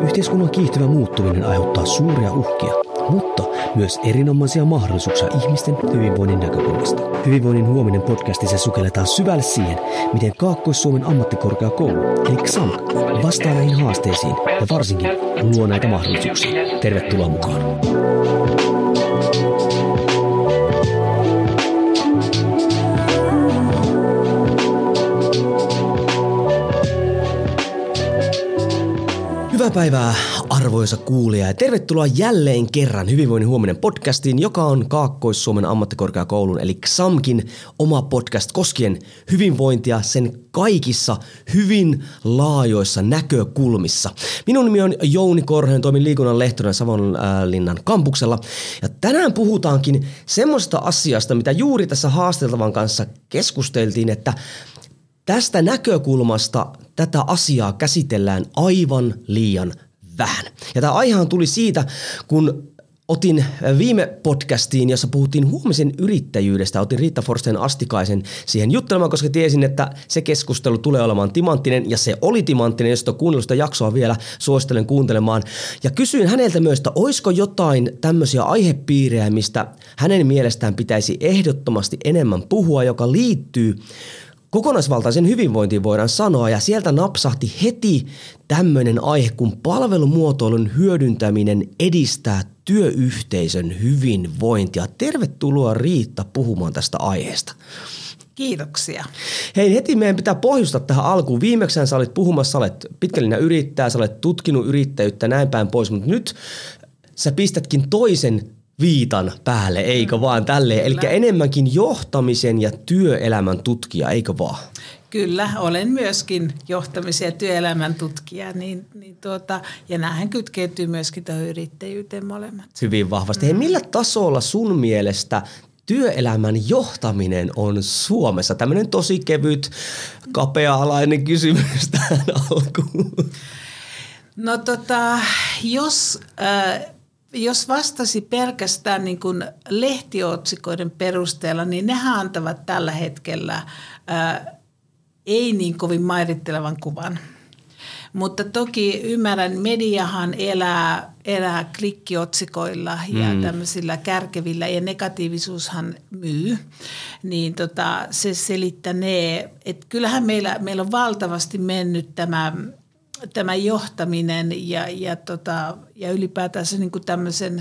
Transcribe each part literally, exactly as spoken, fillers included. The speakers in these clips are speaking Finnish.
Yhteiskunnan kiihtyvä muuttuminen aiheuttaa suuria uhkia, mutta myös erinomaisia mahdollisuuksia ihmisten hyvinvoinnin näkökulmasta. Hyvinvoinnin huominen podcastissa sukelletaan syvälle siihen, miten Kaakkois-Suomen ammattikorkeakoulu, eli X A M K, vastaa näihin haasteisiin ja varsinkin luo näitä mahdollisuuksia. Tervetuloa mukaan! Hyvää päivää, arvoisa kuulija, ja tervetuloa jälleen kerran Hyvinvoinnin huominen podcastiin, joka on Kaakkois-Suomen ammattikorkeakoulun eli X A M Kin oma podcast koskien hyvinvointia sen kaikissa hyvin laajoissa näkökulmissa. Minun nimi on Jouni Korhonen, toimin liikunnan lehtorina Savonlinnan kampuksella, ja tänään puhutaankin semmoista asiasta, mitä juuri tässä haasteltavan kanssa keskusteltiin, että tästä näkökulmasta tätä asiaa käsitellään aivan liian vähän. Ja tämä aihehan tuli siitä, kun otin viime podcastiin, jossa puhuttiin huomisen yrittäjyydestä. Otin Riitta Forsteen Astikaisen siihen juttelemaan, koska tiesin, että se keskustelu tulee olemaan timanttinen, ja se oli timanttinen. Jos et kuunnellut sitä jaksoa vielä, suosittelen kuuntelemaan. Ja kysyin häneltä myös, että olisiko jotain tämmöisiä aihepiirejä, mistä hänen mielestään pitäisi ehdottomasti enemmän puhua, joka liittyy kokonaisvaltaisen hyvinvointiin, voidaan sanoa, ja sieltä napsahti heti tämmöinen aihe, kun palvelumuotoilun hyödyntäminen edistää työyhteisön hyvinvointia. Tervetuloa Riitta puhumaan tästä aiheesta. Kiitoksia. Hei, heti meidän pitää pohjustaa tähän alkuun. Viimeksään sä olit puhumassa, sä olet pitkällinen yrittäjä, sä olet tutkinut yrittäjyyttä näin päin pois, mutta nyt sä pistätkin toisen viitan päälle, eikö vaan tälleen? Eli enemmänkin johtamisen ja työelämän tutkija, eikö vaan? Kyllä, olen myöskin johtamisen ja työelämän tutkija, niin, niin tuota, ja näähän kytkeytyy myöskin tähän yrittäjyyteen molemmat. Hyvin vahvasti. Mm. Hei, millä tasolla sun mielestä työelämän johtaminen on Suomessa? Tämmöinen tosi kevyt, kapea-alainen kysymys tähän alkuun. No tota, jos Äh, Jos vastasi pelkästään niin kuin lehtiotsikoiden perusteella, niin nehän antavat tällä hetkellä ää, ei niin kovin mairittelevan kuvan. Mutta toki ymmärrän, mediahan elää, elää klikkiotsikoilla ja mm. tämmöisillä kärkevillä, ja negatiivisuushan myy. Niin tota, se selittänee, että kyllähän meillä, meillä on valtavasti mennyt tämä tämä johtaminen ja, ja, tota, ja ylipäätään se niin kuin tämmöisen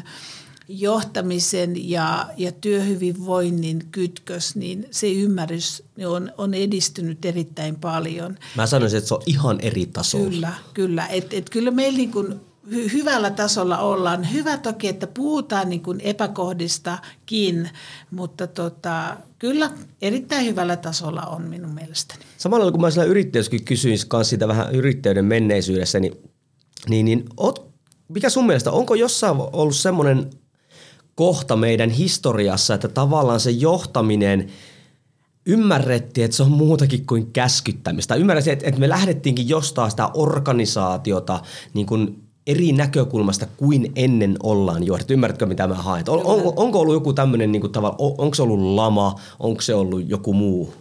johtamisen ja, ja työhyvinvoinnin kytkös, niin se ymmärrys on, on edistynyt erittäin paljon. Mä sanoisin, että se on ihan eri tasolla. Kyllä, kyllä. Et, et kyllä meillä niin kuin hy, hyvällä tasolla ollaan. Hyvä toki, että puhutaan niin kuin epäkohdistakin, mutta tota, kyllä erittäin hyvällä tasolla on minun mielestäni. Samalla kun mä siellä yrittäjyyskin kysyin kanssa siitä vähän yrittäjyyden menneisyydessä, niin, niin, niin oot, mikä sun mielestä, onko jossain ollut semmoinen kohta meidän historiassa, että tavallaan se johtaminen ymmärrettiin, että se on muutakin kuin käskyttämistä. Ymmärrettiin, että, että me lähdettiinkin jostain sitä organisaatiota niin kuin eri näkökulmasta kuin ennen ollaan johdettu. Ymmärrätkö, mitä mä haen? On, on, onko ollut joku tämmöinen, niin kuin tavalla, onko se ollut lama, onko se ollut joku muu?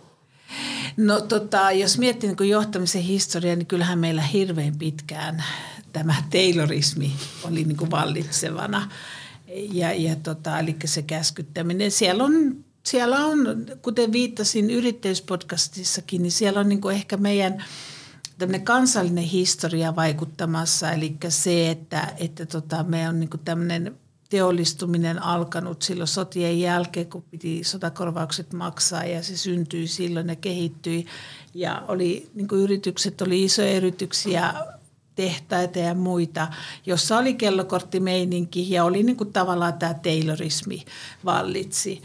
No tota, jos miettii niin johtamisen historiaa, niin kyllähän meillä hirveän pitkään tämä taylorismi oli niin kuin vallitsevana. Ja, ja tota, eli se käskyttäminen. Siellä on, siellä on, kuten viittasin yrittäjyyspodcastissakin, niin siellä on niin kuin ehkä meidän tämmöinen kansallinen historia vaikuttamassa, eli se, että, että tota, me on niin kuin tämmöinen teollistuminen alkanut silloin sotien jälkeen, kun piti sotakorvaukset maksaa, ja se syntyi silloin ja kehittyi. Ja oli, niin kuin yritykset oli isoja yrityksiä, tehtaita ja muita, jossa oli kellokorttimeininki ja oli niin kuin tavallaan tämä taylorismi vallitsi.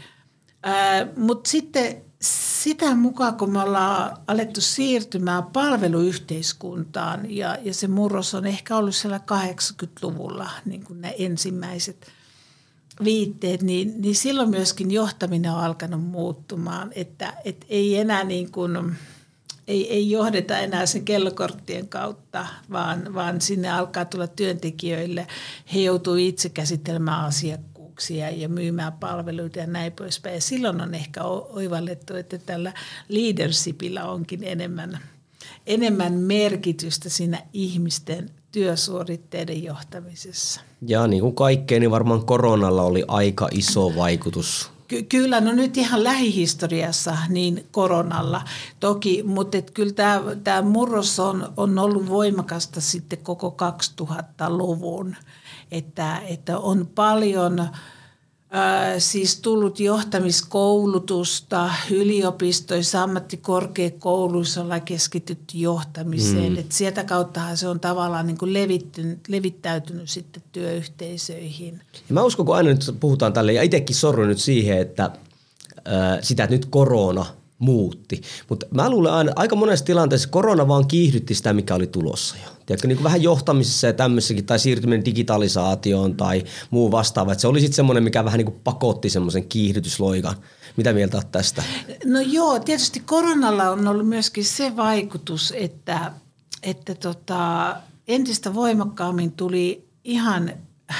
Mutta sitten sitä mukaan, kun me ollaan alettu siirtymään palveluyhteiskuntaan, ja, ja se murros on ehkä ollut siellä kahdeksankymmentäluvulla, niin kuin ne ensimmäiset viitteet, niin, niin silloin myöskin johtaminen on alkanut muuttumaan, että et ei enää niin kuin Ei, ei johdeta enää sen kellokorttien kautta, vaan, vaan sinne alkaa tulla työntekijöille. He joutuu itse käsittelemään asiakkuuksia ja myymään palveluita ja näin poispäin. Ja silloin on ehkä oivallettu, että tällä leadershipillä onkin enemmän, enemmän merkitystä siinä ihmisten työsuoritteiden johtamisessa. Ja niin kuin kaikkeen, niin varmaan koronalla oli aika iso vaikutus. Ky- kyllä, no nyt ihan lähihistoriassa niin koronalla toki, mutta et kyllä tämä, tämä murros on, on ollut voimakasta sitten koko kaksituhattaluvun, että, että on paljon ää, siis tullut johtamiskoulutusta yliopistoissa, ammattikorkeakouluissa ollaan keskitytty johtamiseen, mm. että sieltä kauttahan se on tavallaan niin kuin levittäytynyt sitten työyhteisöihin. Ja mä uskon, kun aina nyt puhutaan tälle, ja itsekin sorrun nyt siihen, että ää, sitä, että nyt korona muutti. Mutta mä luulen aina, aika monessa tilanteessa korona vaan kiihdytti sitä, mikä oli tulossa jo. Tiedätkö, niin kuin vähän johtamisessa ja tämmöissäkin, tai siirtyminen digitalisaatioon tai muu vastaava. Että se oli sitten semmoinen, mikä vähän niin kuin pakotti semmoisen kiihdytysloikan. Mitä mieltä olet tästä? No joo, tietysti koronalla on ollut myöskin se vaikutus, että, että tota, entistä voimakkaammin tuli ihan...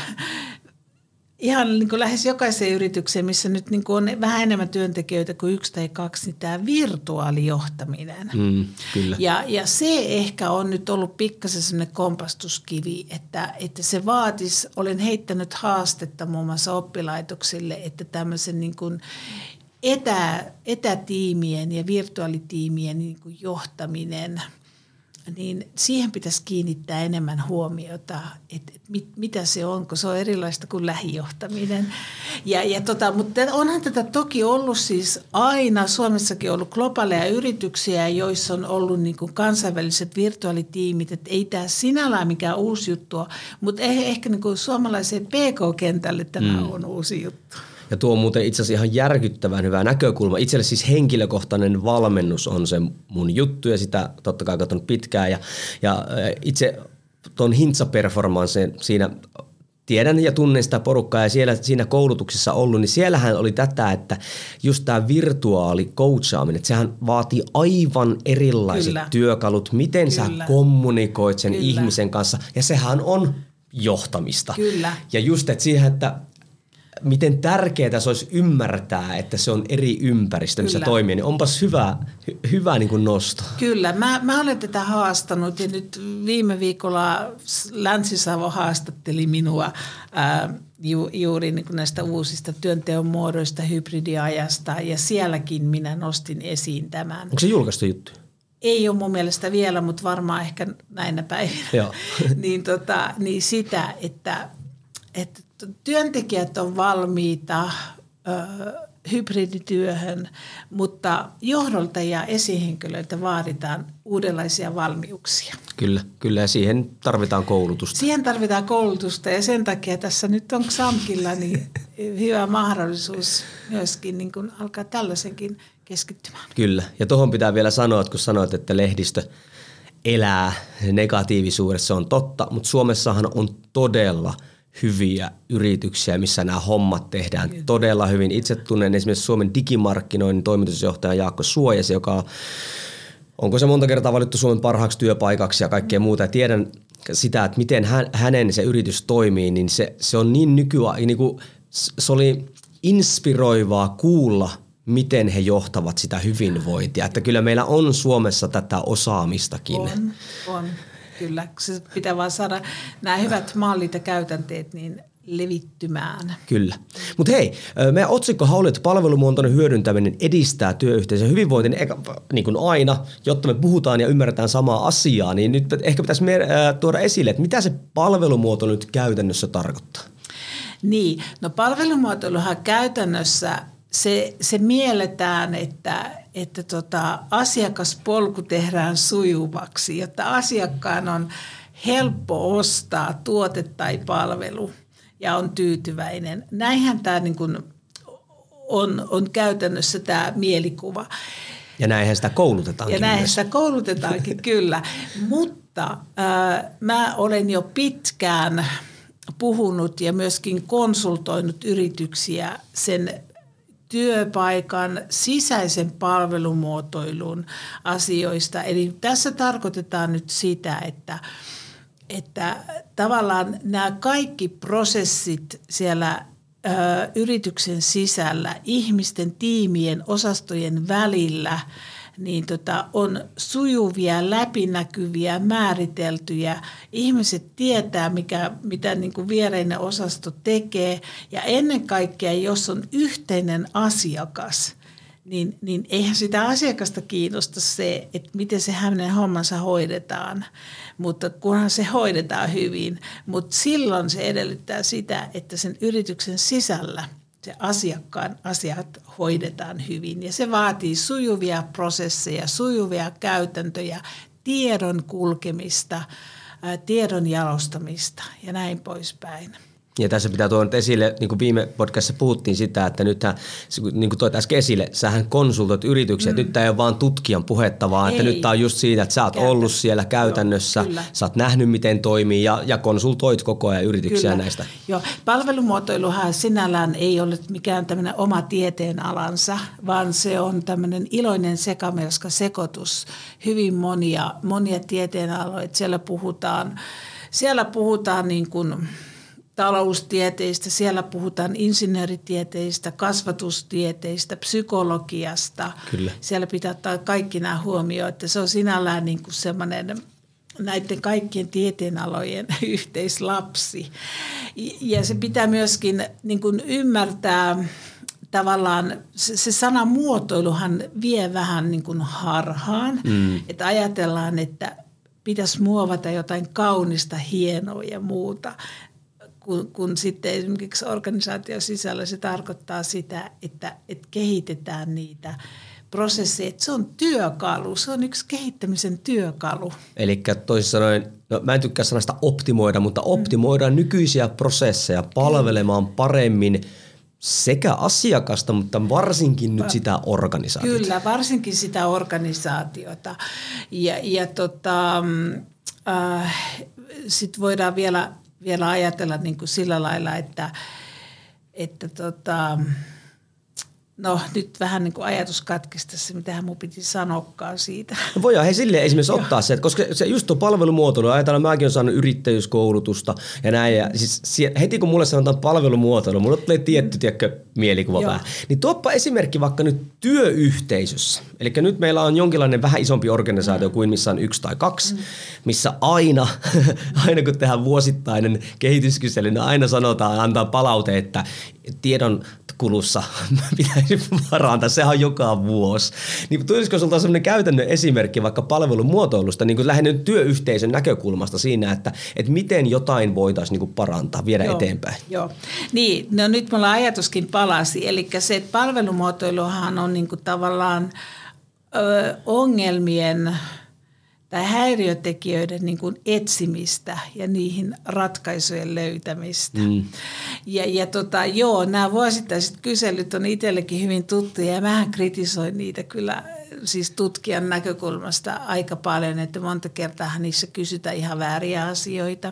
Ihan niin kuin lähes jokaiseen yritykseen, missä nyt niin kuin on vähän enemmän työntekijöitä kuin yksi tai kaksi, niin tämä virtuaalijohtaminen. Mm, kyllä. Ja, ja se ehkä on nyt ollut pikkasen sellainen kompastuskivi, että, että se vaatisi, olen heittänyt haastetta muun muassa oppilaitoksille, että tämmöisen niin kuin etä, etätiimien ja virtuaalitiimien niin kuin johtaminen, niin siihen pitäisi kiinnittää enemmän huomiota, että mit, mitä se on, kun se on erilaista kuin lähijohtaminen. Ja, ja tota, mutta onhan tätä toki ollut siis aina, Suomessakin ollut globaaleja yrityksiä, joissa on ollut niin kuin kansainväliset virtuaalitiimit, että ei tämä sinällään mikään uusi juttu, mutta ehkä niin kuin suomalaiseen P K-kentälle tämä mm. on uusi juttu. Ja tuo on muuten itse asiassa ihan järkyttävän hyvä näkökulma. Itselle siis henkilökohtainen valmennus on se mun juttu ja sitä totta kai katsonut pitkään. Ja, ja itse tuon Hintsa-performanseen siinä tiedän ja tunnen sitä porukkaa ja siellä, siinä koulutuksessa ollut, niin siellähän oli tätä, että just tämä virtuaali-coachaaminen, että sehän vaatii aivan erilaiset Kyllä. työkalut, miten Kyllä. sä kommunikoit sen Kyllä. ihmisen kanssa ja sehän on johtamista. Kyllä. Ja just, että siihen, että miten tärkeää se olisi ymmärtää, että se on eri ympäristö, missä Kyllä. toimii, niin onpas hyvä, hy, hyvä niin kuin nosto. Kyllä, mä, mä olen tätä haastanut ja nyt viime viikolla Länsi-Savo haastatteli minua ää, ju, juuri niin kuin näistä uusista työnteon muodoista, hybridiajasta ja sielläkin minä nostin esiin tämän. Onko se julkaistu juttu? Ei ole mun mielestä vielä, mutta varmaan ehkä näinä päivinä. Joo. niin, tota, niin sitä, että, että työntekijät on valmiita ö, hybridityöhön, mutta johdolta ja esihenkilöiltä vaaditaan uudenlaisia valmiuksia. Kyllä, kyllä ja siihen tarvitaan koulutusta. Siihen tarvitaan koulutusta ja sen takia tässä nyt on Xamkilla niin hyvä mahdollisuus myöskin niin kuin alkaa tällaisenkin keskittymään. Kyllä ja tuohon pitää vielä sanoa, että kun sanoit, että lehdistö elää negatiivisuudessa, se on totta, mutta Suomessahan on todella hyviä yrityksiä, missä nämä hommat tehdään Kyllä. todella hyvin. Itse tunnen esimerkiksi Suomen digimarkkinoinnin toimitusjohtaja Jaakko Suojasi, joka on, onko se monta kertaa valittu Suomen parhaaksi työpaikaksi ja kaikkea muuta. Ja tiedän sitä, että miten hän, hänen se yritys toimii, niin se, se on niin nykyään, niin kuin, se oli inspiroivaa kuulla, miten he johtavat sitä hyvinvointia. Että kyllä meillä on Suomessa tätä osaamistakin. On, on. Kyllä, se pitää vaan saada nämä hyvät mallit ja käytänteet niin levittymään. Kyllä. Mutta hei, meidän otsikkohan oli, että palvelumuotoinen hyödyntäminen edistää työyhteisön hyvinvointia, niin kuin aina, jotta me puhutaan ja ymmärretään samaa asiaa, niin nyt ehkä pitäisi tuoda esille, että mitä se palvelumuotoilu nyt käytännössä tarkoittaa. Niin, no palvelumuotoiluhan käytännössä se, se mielletään, että että tota, asiakaspolku tehdään sujuvaksi, jotta asiakkaan on helppo ostaa tuote tai palvelu ja on tyytyväinen. Näinhän tämä niin kuin on, on käytännössä tämä mielikuva. Ja näinhän sitä koulutetaankin. Ja näinhän myös. sitä koulutetaankin, kyllä. Mutta äh, mä olen jo pitkään puhunut ja myöskin konsultoinut yrityksiä sen työpaikan sisäisen palvelumuotoilun asioista. Eli tässä tarkoitetaan nyt sitä, että, että tavallaan nämä kaikki prosessit siellä ö, yrityksen sisällä, ihmisten, tiimien, osastojen välillä, niin tota, on sujuvia, läpinäkyviä, määriteltyjä. Ihmiset tietää, mikä, mitä niin kuin viereinen osasto tekee. Ja ennen kaikkea, jos on yhteinen asiakas, niin, niin eihän sitä asiakasta kiinnosta se, että miten se hänen hommansa hoidetaan. Mutta kunhan se hoidetaan hyvin. Mutta silloin se edellyttää sitä, että sen yrityksen sisällä se asiakkaan asiat hoidetaan hyvin. Ja se vaatii sujuvia prosesseja, sujuvia käytäntöjä, tiedon kulkemista, ää, tiedon jalostamista ja näin poispäin. Ja tässä pitää tuoda esille, niin kuin viime podcastissa puhuttiin sitä, että nythän, niin kuin toit äsken esille, sähän konsultoit yrityksiä, mm. nyt tämä ei ole vaan tutkijan puhetta, vaan ei. Että nyt tämä on just siitä, että sä oot Käytän. ollut siellä käytännössä, Joo, sä oot nähnyt miten toimii ja, ja konsultoit koko ajan yrityksiä kyllä. näistä. Joo, palvelumuotoiluhan sinällään ei ole mikään tämmöinen oma tieteenalansa, vaan se on tämmöinen iloinen sekamelska sekoitus, hyvin monia, monia tieteenaloja. Siellä puhutaan, siellä puhutaan niin kuin taloustieteistä, siellä puhutaan insinööritieteistä, kasvatustieteistä, psykologiasta. Kyllä. Siellä pitää ottaa kaikki nämä huomioon, että se on sinällään niin kuin semmoinen näiden kaikkien tieteenalojen yhteislapsi. Ja se pitää myöskin niin kuin ymmärtää tavallaan, se, se sanamuotoiluhan vie vähän niin kuin harhaan, mm. että ajatellaan, että pitäisi muovata jotain kaunista, hienoa ja muuta. Kun, kun sitten esimerkiksi organisaation sisällä se tarkoittaa sitä, että, että kehitetään niitä prosesseja. Se on työkalu, se on yksi kehittämisen työkalu. Eli toisin sanoen, no mä en tykkää sanasta optimoida, mutta optimoidaan mm. nykyisiä prosesseja palvelemaan paremmin sekä asiakasta, mutta varsinkin nyt sitä organisaatiota. Kyllä, varsinkin sitä organisaatiota. Ja, ja tota, äh, sitten voidaan vielä... vielä ajatella niin kuin sillä lailla, että, että tota, no nyt vähän niin kuin ajatus katkesi tässä, mitähän mun piti sanoakaan siitä. No voidaan he silleen esimerkiksi ottaa se, että koska se just tuo palvelumuotoilu, ajatellaan, mäkin olen saanut yrittäjyyskoulutusta ja näin, ja siis heti kun mulle sanotaan palvelumuotoilu, mulle tulee tietty, mm. tiedätkö, mielikuva vähän. Niin tuoppa esimerkki vaikka nyt työyhteisössä. Eli nyt meillä on jonkinlainen vähän isompi organisaatio mm. kuin missä on yksi tai kaksi, mm. missä aina, aina kun tehdään vuosittainen kehityskysely, niin aina sanotaan, antaa palaute, että tiedon kulussa pitäisi parantaa, sehän on joka vuosi. Niin tulisiko sulta sellainen käytännön esimerkki vaikka palvelumuotoilusta, niin kuin lähinnä työyhteisön näkökulmasta siinä, että, että miten jotain voitaisiin niin kuin parantaa, viedä joo, eteenpäin? Joo, niin, no nyt mulla ajatuskin palasi, eli se, että palvelumuotoiluhan on niin kuin tavallaan ö, ongelmien tai häiriötekijöiden niin kuin etsimistä ja niihin ratkaisujen löytämistä. Mm. Ja, ja tota, joo, nämä vuosittaiset kyselyt on itsellekin hyvin tuttuja ja mähän kritisoin niitä kyllä siis tutkijan näkökulmasta aika paljon, että monta kertaa niissä kysytään ihan vääriä asioita.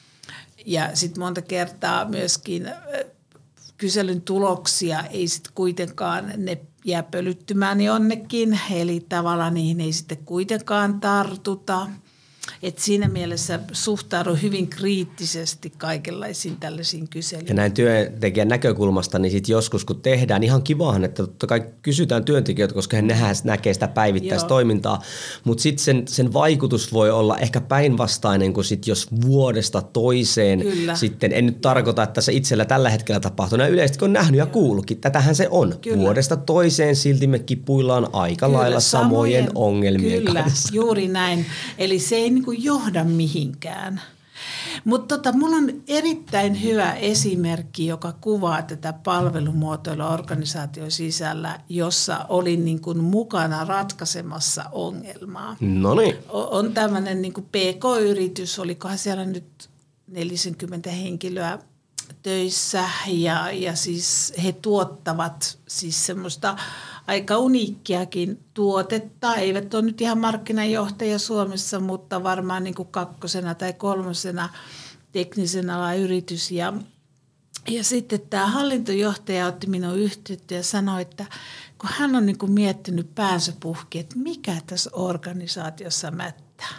Ja sitten monta kertaa myöskin kyselyn tuloksia ei sitten kuitenkaan ne jää pölyttymään jonnekin, eli tavallaan niihin ei sitten kuitenkaan tartuta. Et siinä mielessä suhtaudun hyvin kriittisesti kaikenlaisiin tällaisiin kyselyihin. Ja näin työntekijän näkökulmasta, niin sitten joskus kun tehdään, ihan kivahan, että totta kai kysytään työntekijöitä, koska he näkee sitä päivittäistä toimintaa, mutta sitten sen, sen vaikutus voi olla ehkä päinvastainen kuin sit jos vuodesta toiseen. Kyllä. Sitten, en nyt tarkoita, että se itsellä tällä hetkellä tapahtuu, näin yleisesti kun on nähnyt ja kuullutkin, tätähän se on. Kyllä. Vuodesta toiseen silti me kipuillaan aika Kyllä, lailla samojen, samojen ongelmien Kyllä, kanssa. Juuri näin. Eli se ei niin kuin johda mihinkään. Mutta tota, mulla on erittäin hyvä esimerkki, joka kuvaa tätä palvelumuotoilua organisaation sisällä, jossa olin niin kuin mukana ratkaisemassa ongelmaa. Noniin. On tämmöinen niin kuin P K-yritys, olikohan siellä nyt neljäkymmentä henkilöä töissä ja, ja siis he tuottavat siis semmoista aika uniikkiakin tuotetta. Eivät ole nyt ihan markkinajohtaja Suomessa, mutta varmaan niin kuin kakkosena tai kolmosena teknisen alan yritys. Ja, ja sitten tämä hallintojohtaja otti minun yhteyttä ja sanoi, että kun hän on niin kuin miettinyt päänsä puhki, että mikä tässä organisaatiossa mättää.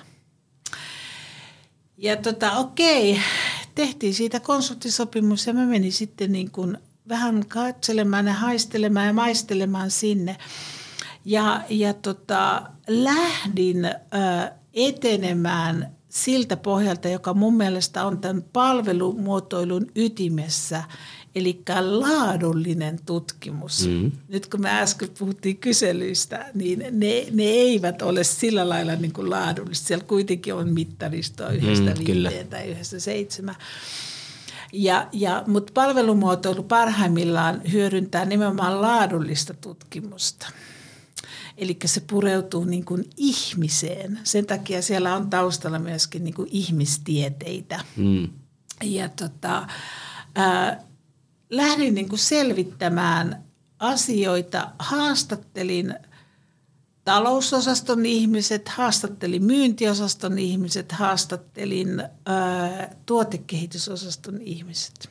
Ja tota, okei, tehtiin siitä konsulttisopimus ja mä menin sitten niin kuin vähän katselemaan ja haistelemaan ja maistelemaan sinne. Ja, ja tota, lähdin ö, etenemään siltä pohjalta, joka mun mielestä on tämän palvelumuotoilun ytimessä, eli laadullinen tutkimus. Mm. Nyt kun me äsken puhuttiin kyselyistä, niin ne, ne eivät ole sillä lailla niin kuin laadullista. Siellä kuitenkin on mittaristoa yhdestä mm, viiteen tai yhdestä seitsemään. Ja, ja, mutta palvelumuotoilu parhaimmillaan hyödyntää nimenomaan laadullista tutkimusta. Eli se pureutuu niin kuin ihmiseen. Sen takia siellä on taustalla myöskin niin kuin ihmistieteitä. Mm. Ja tota, ää, lähdin niin kuin selvittämään asioita. Haastattelin talousosaston ihmiset, haastattelin myyntiosaston ihmiset, haastattelin ää, tuotekehitysosaston ihmiset.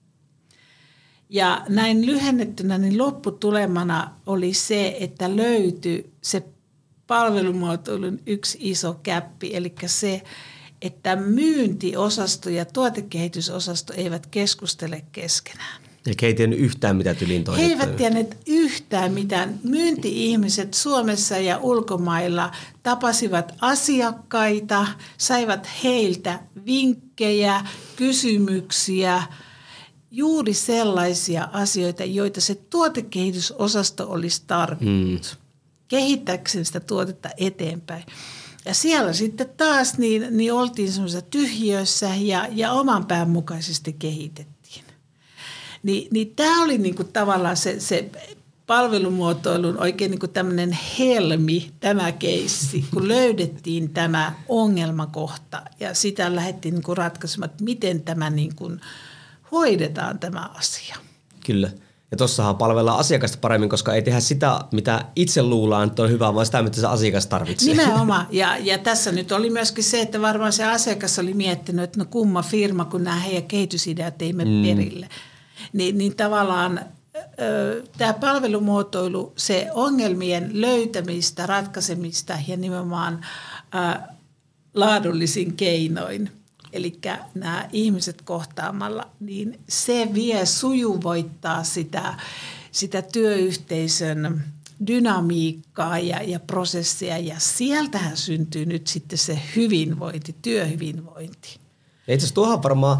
Ja näin lyhennettynä niin lopputulemana oli se, että löytyi se palvelumuotoilun yksi iso käppi, eli se, että myyntiosasto ja tuotekehitysosasto eivät keskustele keskenään. Ja he ei tiennyt yhtään, mitä tylin toinen. He eivät tienneet yhtään mitään. Myynti-ihmiset Suomessa ja ulkomailla tapasivat asiakkaita, saivat heiltä vinkkejä, kysymyksiä, juuri sellaisia asioita, joita se tuotekehitysosasto olisi tarvinnut mm. kehittääkseen sitä tuotetta eteenpäin. Ja siellä sitten taas niin, niin oltiin semmoisessa tyhjössä ja, ja oman pään mukaisesti kehitettiin. Ni, niin tämä oli niinku tavallaan se, se palvelumuotoilun oikein niinku tämmöinen helmi, tämä keissi, kun löydettiin tämä ongelmakohta ja sitä lähdettiin niinku ratkaisemaan, että miten tämä niinku hoidetaan tämä asia. Kyllä. Ja tossahan palvellaan asiakasta paremmin, koska ei tehdä sitä, mitä itse luullaan, että on hyvä, vaan sitä, mitä se asiakas tarvitsee. Nimenomaan. Ja, ja tässä nyt oli myöskin se, että varmaan se asiakas oli miettinyt, että no kumma firma, kun nämä heidän kehitysideat ei mene mm. perille. Ni, niin tavallaan ö, tämä palvelumuotoilu, se ongelmien löytämistä, ratkaisemista ja nimenomaan ö, laadullisin keinoin. Eli nämä ihmiset kohtaamalla, niin se vie sujuvoittaa sitä, sitä työyhteisön dynamiikkaa ja, ja prosessia. Ja sieltähän syntyy nyt sitten se hyvinvointi, työhyvinvointi. Ja itse asiassa tuohon varmaan,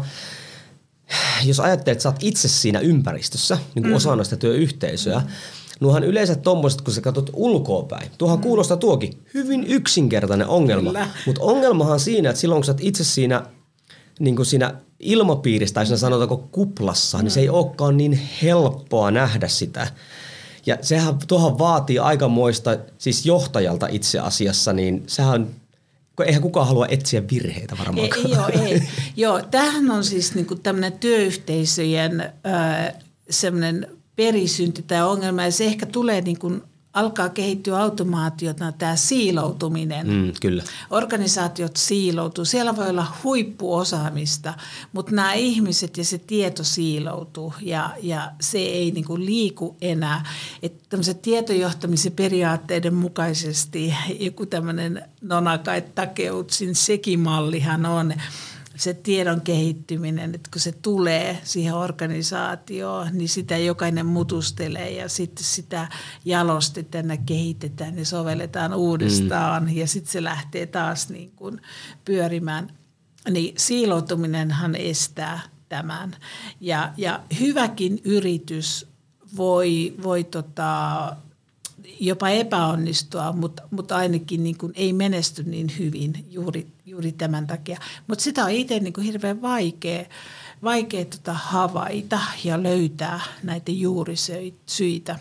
jos ajattelet, että sä oot itse siinä ympäristössä, niin kuin mm. osana sitä työyhteisöä, mm. nuohan yleensä tommoiset, kun sä katsot ulkoapäin. Tuohan mm. kuulostaa tuokin hyvin yksinkertainen ongelma. Mutta ongelmahan siinä, että silloin kun sä oot itse siinä niin kuin siinä ilmapiirissä tai siinä sanotaanko kuplassa, niin se ei olekaan niin helppoa nähdä sitä. Ja sehän tuohon vaatii aikamoista, siis johtajalta itse asiassa, niin sehän, eihän kukaan halua etsiä virheitä varmaankaan. Ei, joo, ei. Joo, tämähän on siis niin kuin tämmöinen työyhteisöjen äh, semmoinen perisynti tai ongelma, ja se ehkä tulee niin kuin alkaa kehittyä automaatiota, tämä siiloutuminen. Mm, kyllä. Organisaatiot siiloutuu. Siellä voi olla huippuosaamista, mutta nämä ihmiset ja se tieto siiloutuu ja, ja se ei niin kuin liiku enää. Että tämmöisen tietojohtamisen periaatteiden mukaisesti joku tämmöinen Nonaka Takeutsin sekimallihan on, se tiedon kehittyminen, että kun se tulee siihen organisaatioon, niin sitä jokainen mutustelee ja sitten sitä jalostetaan ja kehitetään ja sovelletaan uudestaan mm. ja sitten se lähtee taas niin kuin pyörimään. Niin siiloutuminenhan estää tämän ja, ja hyväkin yritys voi, voi tota, jopa epäonnistua, mutta, mutta ainakin niin kuin ei menesty niin hyvin juuri, juuri tämän takia. Mutta sitä on itse niin kuin hirveän vaikea, vaikea tota havaita ja löytää näitä juurisyitä.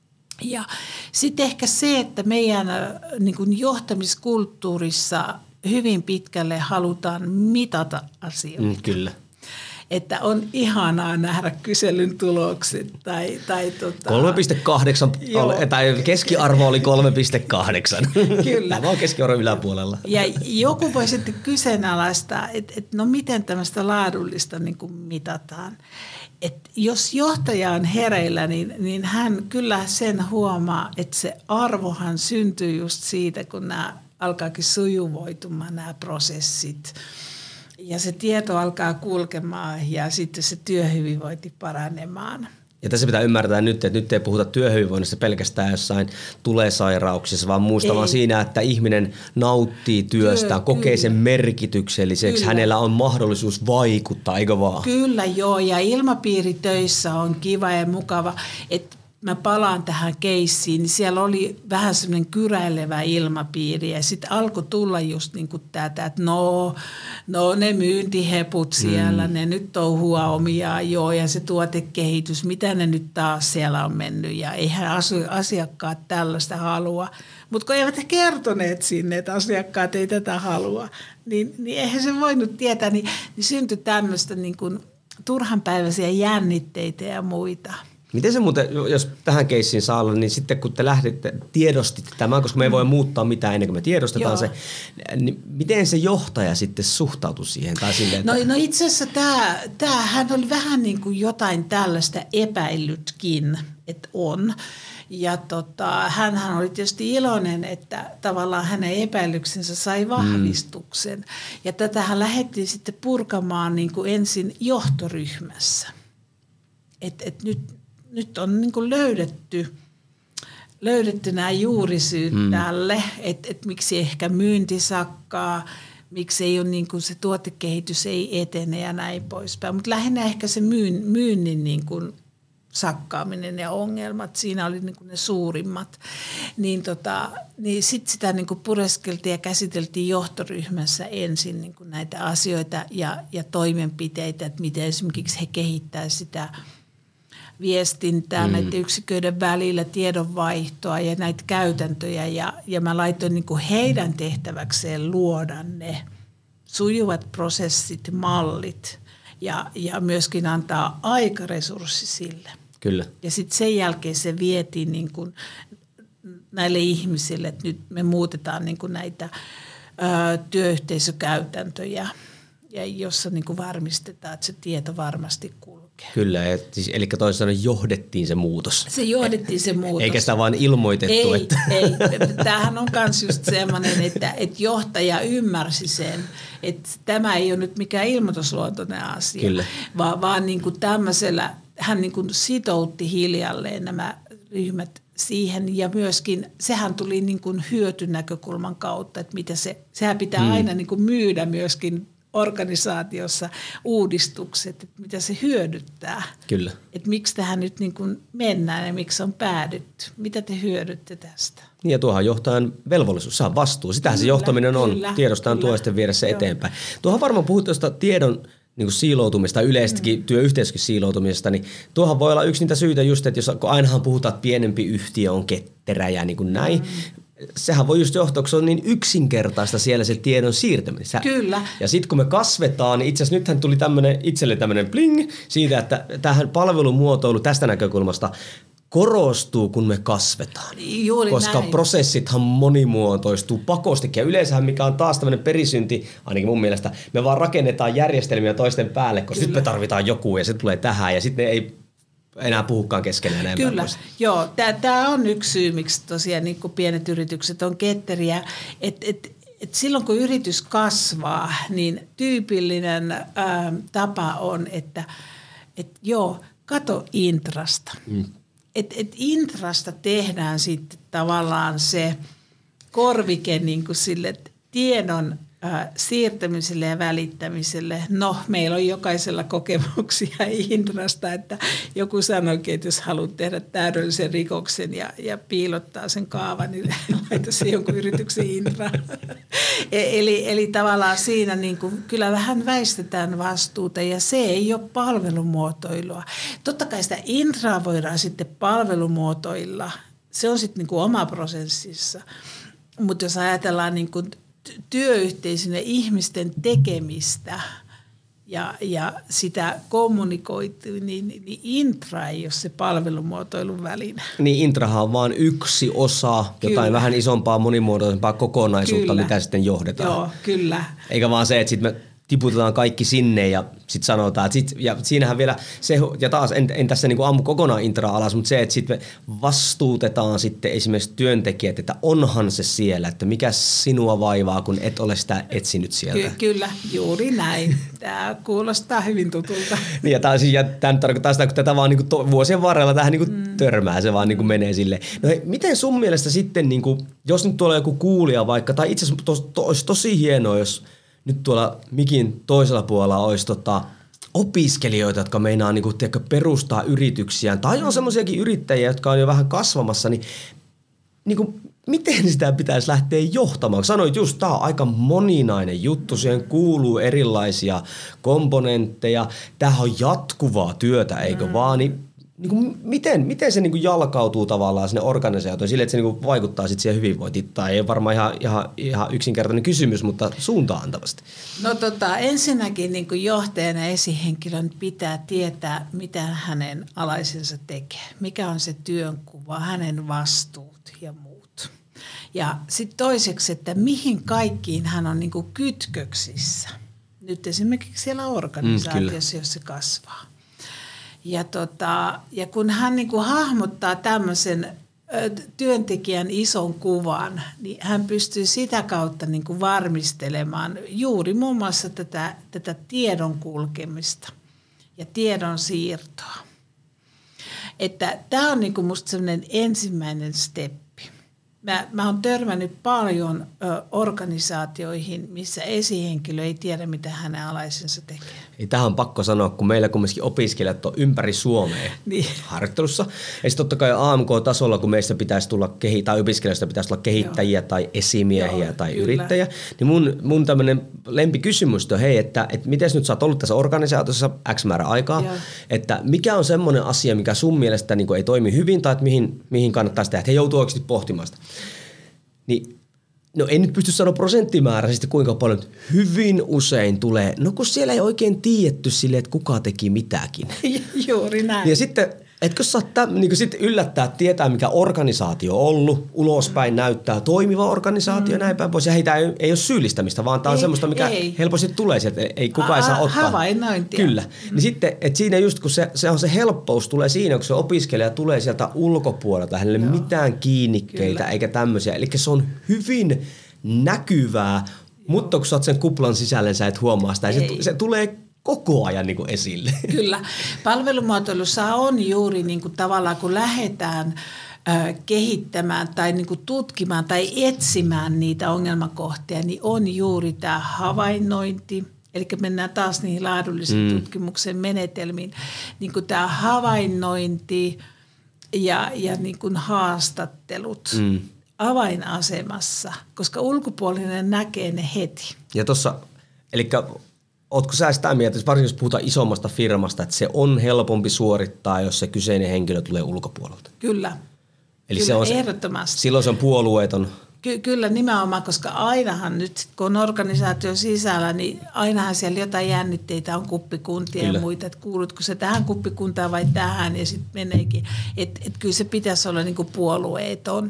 Ja sitten ehkä se, että meidän niin kuin johtamiskulttuurissa hyvin pitkälle halutaan mitata asioita. Mm, kyllä. Että on ihanaa nähdä kyselyn tulokset. Tai, tai tota, kolme pilkku kahdeksan, tai keskiarvo oli kolme pilkku kahdeksan. Kyllä. Tämä on keskiarvo yläpuolella. Ja joku voi sitten kyseenalaistaa, että, että no miten tämmöistä laadullista niin kuin mitataan. Että jos johtaja on hereillä, niin, niin hän kyllä sen huomaa, että se arvohan syntyy just siitä, kun nämä alkaakin sujuvoitumaan nämä prosessit. Ja se tieto alkaa kulkemaan ja sitten se työhyvinvointi paranemaan. Ja tässä pitää ymmärtää nyt, että nyt ei puhuta työhyvinvoinnista pelkästään jossain tulee sairauksissa, vaan muusta, ei. vaan siinä, että ihminen nauttii työstään, Työ, kokee kyllä. sen merkitykselliseksi, kyllä. hänellä on mahdollisuus vaikuttaa, eikö vaan? Kyllä joo, ja ilmapiiri töissä on kiva ja mukava, että mä palaan tähän keissiin, niin siellä oli vähän semmoinen kyräilevä ilmapiiri ja sitten alkoi tulla just niin kuin tätä, että no, no ne myyntiheput siellä, mm. ne nyt touhua omiaan joo ja se tuotekehitys, mitä ne nyt taas siellä on mennyt ja eihän asiakkaat tällaista halua. Mutta kun eivät kertoneet sinne, että asiakkaat ei tätä halua, niin, niin eihän se voinut tietää, niin, niin syntyi tämmöistä niin kuin turhanpäiväisiä jännitteitä ja muita. Miten se muuten, jos tähän keissiin saa olla, niin sitten kun te lähditte, tiedostitte tämän, koska me ei voi muuttaa mitään ennen kuin me tiedostetaan Joo. se, niin miten se johtaja sitten suhtautui siihen? Tai silleen, no, no itse asiassa tämä, tämähän oli vähän niin kuin jotain tällaista epäillytkin, että on. Ja tota, hänhän oli tietysti iloinen, että tavallaan hänen epäilyksensä sai vahvistuksen. Mm. Ja tätähän lähdettiin sitten purkamaan niin kuin ensin johtoryhmässä. Että et nyt... Nyt on niin kuin löydetty, löydetty nämä juurisyyt mm. tälle, että et miksi ehkä myynti sakkaa, miksi ei ole niin kuin se tuotekehitys ei etene ja näin poispäin. Mutta lähinnä ehkä se myyn, myynnin niin kuin sakkaaminen ja ongelmat, siinä oli niin kuin ne suurimmat. Niin, tota, niin sitten sitä niin kuin pureskeltiin ja käsiteltiin johtoryhmässä ensin niin kuin näitä asioita ja, ja toimenpiteitä, että miten esimerkiksi he kehittävät sitä viestintää mm. näiden yksiköiden välillä, tiedonvaihtoa ja näitä käytäntöjä. Ja, ja mä laitoin niin kuin heidän tehtäväkseen luoda ne sujuvat prosessit, mallit ja, ja myöskin antaa aikaresurssi sille. Kyllä. Ja sitten sen jälkeen se vietiin niin kuin näille ihmisille, että nyt me muutetaan niin kuin näitä ö, työyhteisökäytäntöjä, ja jossa niin kuin varmistetaan, että se tieto varmasti kulkee. Kyllä, et, siis, eli toisin sanoen johdettiin se muutos. Se johdettiin se muutos. Eikä sitä vaan ilmoitettu. Ei, että. ei. Tämähän on myös just semmoinen, että, että johtaja ymmärsi sen, että tämä ei ole nyt mikään ilmoitusluontoinen asia, Kyllä. vaan, vaan niin kuin tämmöisellä, hän niin kuin sitoutti hiljalleen nämä ryhmät siihen ja myöskin sehän tuli niin kuin hyötynäkökulman kautta, että mitä se, sehän pitää hmm. aina niin kuin myydä myöskin organisaatiossa uudistukset, että mitä se hyödyttää. Kyllä. Että miksi tähän nyt niin kuin mennään ja miksi on päädytty. Mitä te hyödytte tästä? Ja tuohan johtajan velvollisuus, saa vastuu. Sitähän kyllä, se johtaminen on. Kyllä, Tiedostaan tuo sitten viedä se eteenpäin. Tuohan varmaan puhut tuosta tiedon niin kuin siiloutumista, yleistäkin mm. työyhteisökin siiloutumisesta, niin tuohan voi olla yksi niitä syitä just, että jos kun ainahan puhutaan, että pienempi yhtiö on ketterä ja niin kuin näin, mm. sehän voi just johtaa, kun se on niin yksinkertaista siellä se tiedon siirtäminen. Sä, Kyllä. Ja sitten kun me kasvetaan, niin itse asiassa nythän tuli tämmöinen, itselle tämmöinen bling siitä, että tähän palvelumuotoilu tästä näkökulmasta korostuu, kun me kasvetaan. Juuri koska näin. prosessithan monimuotoistuu pakostikin. Ja yleensähän mikä on taas tämmöinen perisynti, ainakin mun mielestä, me vaan rakennetaan järjestelmiä toisten päälle, koska sitten me tarvitaan joku ja se tulee tähän ja sitten ne ei enää puhukaan keskenään enemmän. Kyllä, joo. Tämä on yksi syy, miksi tosiaan niin kuin pienet yritykset on ketteriä. Että et, et silloin kun yritys kasvaa, niin tyypillinen ää, tapa on, että et, joo, kato intrasta. Mm. Että et intrasta tehdään sitten tavallaan se korvike niin kuin sille tiedon äh, siirtämiselle ja välittämiselle. No, meillä on jokaisella kokemuksia intrasta, että joku sanoikin, että jos haluat tehdä täydellisen rikoksen ja, ja piilottaa sen kaavan, niin laita se jonkun yrityksen intra. eli, eli tavallaan siinä niin kuin, kyllä vähän väistetään vastuuta ja se ei ole palvelumuotoilua. Totta kai sitä intraa voidaan sitten palvelumuotoilla. Se on sitten niin kuin oma prosessissa. Mutta jos ajatellaan niin kuin työyhteisön ja ihmisten tekemistä ja, ja sitä kommunikoituu, niin, niin intra ei ole se palvelumuotoilun väline. Niin intrahan on vain yksi osa, kyllä. jotain vähän isompaa monimuotoisempaa kokonaisuutta, kyllä. mitä sitten johdetaan. Joo, kyllä. Eikä vaan se, että sitten me tiputetaan kaikki sinne ja sitten sanotaan, että sit, ja siinähän vielä se, ja taas en, en tässä niinku ammu kokonaan intraa alas, mutta se, että sitten vastuutetaan sitten esimerkiksi työntekijät, että onhan se siellä, että mikä sinua vaivaa, kun et ole sitä etsinyt sieltä. Ky- kyllä, juuri näin. Tämä kuulostaa hyvin tutulta. Niin, ja tämä, ja tämä tarkoittaa sitä, kun tätä vaan niinku to, vuosien varrella tähän niinku mm. törmää, se vaan niinku menee silleen. No hei, miten sun mielestä sitten, niinku, jos nyt tuolla joku kuulija vaikka, tai itse asiassa to, to, olisi tosi hienoa, jos nyt tuolla mikin toisella puolella olisi tota, opiskelijoita, jotka meinaa niinku, tiedätkö, perustaa yrityksiään, tai on semmoisiakin yrittäjiä, jotka on jo vähän kasvamassa, niin niinku, miten sitä pitäisi lähteä johtamaan? Sanoit just, tämä on aika moninainen juttu, siihen kuuluu erilaisia komponentteja, tämähän on jatkuvaa työtä, eikö mm. vaan, niin niin kuin, miten, miten se niin kuin jalkautuu tavallaan sinne organisaatioon sille, että se niin kuin vaikuttaa sitten siihen hyvinvointiin? Tai ei varmaan ihan, ihan, ihan yksinkertainen kysymys, mutta suuntaan antavasti. No tota, ensinnäkin niin kuin johtajana esihenkilön pitää tietää, mitä hänen alaisensa tekee. Mikä on se työnkuva, hänen vastuut ja muut. Ja sitten toiseksi, että mihin kaikkiin hän on niin kuin kytköksissä. Nyt esimerkiksi siellä organisaatiossa, mm, jos se kasvaa. Ja, tota, ja kun hän niin kuin hahmottaa tämmöisen ö, työntekijän ison kuvan, niin hän pystyy sitä kautta niin kuin varmistelemaan juuri muun muassa tätä, tätä tiedon kulkemista ja tiedon siirtoa. Että tämä on niin kuin musta semmoinen ensimmäinen steppi. Mä, mä oon törmännyt paljon ö, organisaatioihin, missä esihenkilö ei tiedä, mitä hänen alaisensa tekee. Ei, tähän on pakko sanoa, kun meillä kumminkin opiskelijat on ympäri Suomea niin. harjoittelussa. Ja sitten totta kai A M K-tasolla, kun meistä pitäisi tulla, kehi- tai opiskelijoista pitäisi tulla kehittäjiä Joo. tai esimiehiä Joo, tai kyllä. yrittäjiä, niin mun, mun tämmöinen lempikysymys on, hei, että, että miten nyt sä oot ollut tässä organisaatiossa X määrä aikaa, Joo. että mikä on semmoinen asia, mikä sun mielestä niin kuin ei toimi hyvin tai että mihin, mihin kannattaisi tehdä, että he joutuu oikeasti pohtimaan sitä. Niin, no en nyt pysty sanoa prosenttimääräisesti kuinka paljon, mutta hyvin usein tulee, no kun siellä ei oikein tiedetty silleen, että kuka teki mitäkin. Juuri näin. Ja sitten, etkö sä täm, niin sitten yllättää, tietää mikä organisaatio on ollut, ulospäin näyttää toimiva organisaatio mm. näin päin pois. Ja heitä ei, ei ole syyllistämistä, vaan tämä on semmoista, mikä ei. helposti tulee sieltä, ei kukaan ei saa ottaa. Havainnointia. Kyllä. Mm. Niin sitten, että siinä just kun se, se on se helppous tulee siinä, kun se opiskelija tulee sieltä ulkopuolelta, hänelle Joo. mitään kiinnikkeitä Kyllä. eikä tämmöisiä. Eli se on hyvin näkyvää, Joo. mutta kun sä oot sen kuplan sisällä, sä et huomaa sitä. Se, se tulee koko ajan niin kuin esille. Kyllä. Palvelumuotoilussa on juuri niin kuin tavallaan, kun lähdetään ö, kehittämään tai niin kuin tutkimaan tai etsimään niitä ongelmakohtia, niin on juuri tämä havainnointi. Eli mennään taas niihin laadullisen mm. tutkimuksen menetelmiin. Niin kuin tämä havainnointi ja, ja niin kuin haastattelut mm. avainasemassa, koska ulkopuolinen näkee ne heti. Ja tuossa, eli ootko sä sitä mieltä, että varsinkin jos puhutaan isommasta firmasta, että se on helpompi suorittaa, jos se kyseinen henkilö tulee ulkopuolelta? Kyllä. Eli Kyllä, se on ehdottomasti. Se, silloin se on puolueeton. Ky- kyllä nimenomaan, koska ainahan nyt, kun on organisaation sisällä, niin ainahan siellä jotain jännitteitä on kuppikuntia kyllä. ja muita, että kuulutko se tähän kuppikuntaan vai tähän ja sitten meneekin. Että et kyllä se pitäisi olla niinku puolueeton,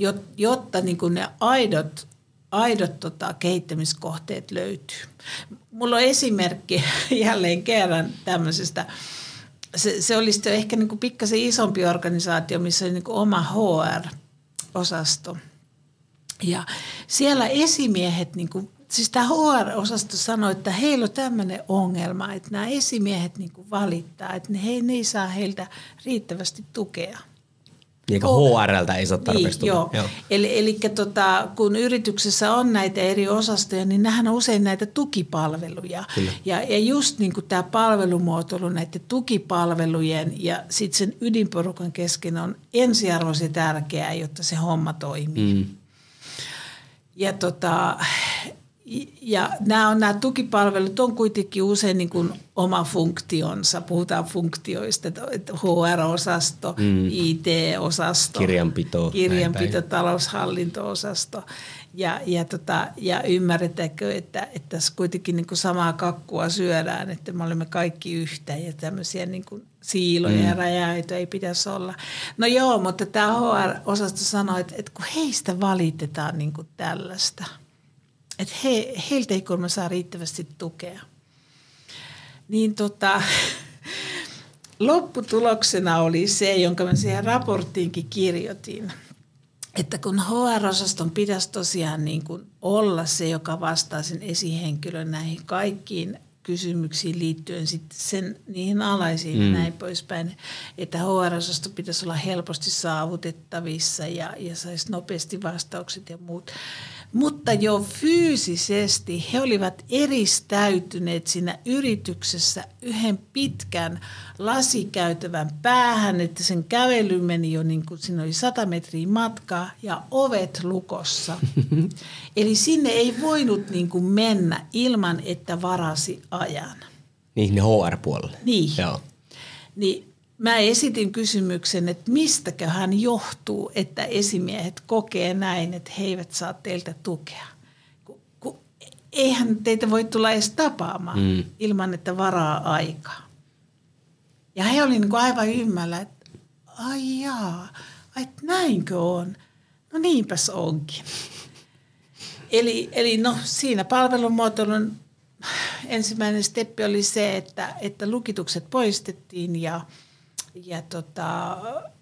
jotta niinku ne aidot, aidot tota, kehittämiskohteet löytyy. Mulla on esimerkki jälleen kerran tämmöisestä. Se, se olisi ehkä niinku pikkasen isompi organisaatio, missä oli niinku oma H R-osasto. Ja siellä esimiehet, niinku, siis tämä H R-osasto sanoi, että heillä on tämmöinen ongelma, että nämä esimiehet niinku valittaa, että ne, he, ne ei saa heiltä riittävästi tukea. Eikä H R:ltä ei saa tarpeeksi niin, joo. joo. Eli, eli tota, kun yrityksessä on näitä eri osastoja, niin nämähän on usein näitä tukipalveluja. Ja, ja just niin kuin tämä palvelumuotoilu näiden tukipalvelujen ja sitten sen ydinporukan kesken on ensiarvoisen tärkeää, jotta se homma toimii. Mm. Ja tota... Ja nämä, on, nämä tukipalvelut on kuitenkin usein niin kuin oma funktionsa. Puhutaan funktioista, että H R-osasto, mm. I T-osasto, kirjanpito, kirjanpito taloushallinto-osasto. Ja, ja, tota, ja ymmärretäänkö, että, että tässä kuitenkin niin kuin samaa kakkua syödään, että me olemme kaikki yhtä ja tämmöisiä niin kuin siiloja mm. ja rajaita ei pitäisi olla. No joo, mutta tämä H R-osasto sanoi, että, että kun heistä valitetaan niin kuin tällaista. Että he, heiltä ei kuulemma saa riittävästi tukea. niin tota, lopputuloksena oli se, jonka mä siihen raporttiinkin kirjoitin, että kun H R-osaston pitäisi tosiaan niin kuin olla se, joka vastaa sen esihenkilön näihin kaikkiin kysymyksiin liittyen sitten sen, niihin alaisiin mm. ja näin poispäin, että H R-osasto pitäisi olla helposti saavutettavissa ja, ja saisi nopeasti vastaukset ja muut. Mutta jo fyysisesti he olivat eristäytyneet siinä yrityksessä yhden pitkän lasikäytävän päähän, että sen kävely meni jo niin kuin siinä oli sata metriä matkaa ja ovet lukossa. Eli sinne ei voinut niin kuin mennä ilman, että varasi ajan. Niin, ne H R-puolelle. Niin. Joo. Niin. Mä esitin kysymyksen, että mistäköhän johtuu, että esimiehet kokee näin, että he eivät saa teiltä tukea. Ku, ku, eihän teitä voi tulla edes tapaamaan mm. ilman, että varaa aikaa. Ja he olivat niin aivan ymmällä, että ai jaa, että näinkö on? No niinpäs onkin. Eli, eli no siinä palvelumuotoilun ensimmäinen steppi oli se, että, että lukitukset poistettiin ja Ja, tota,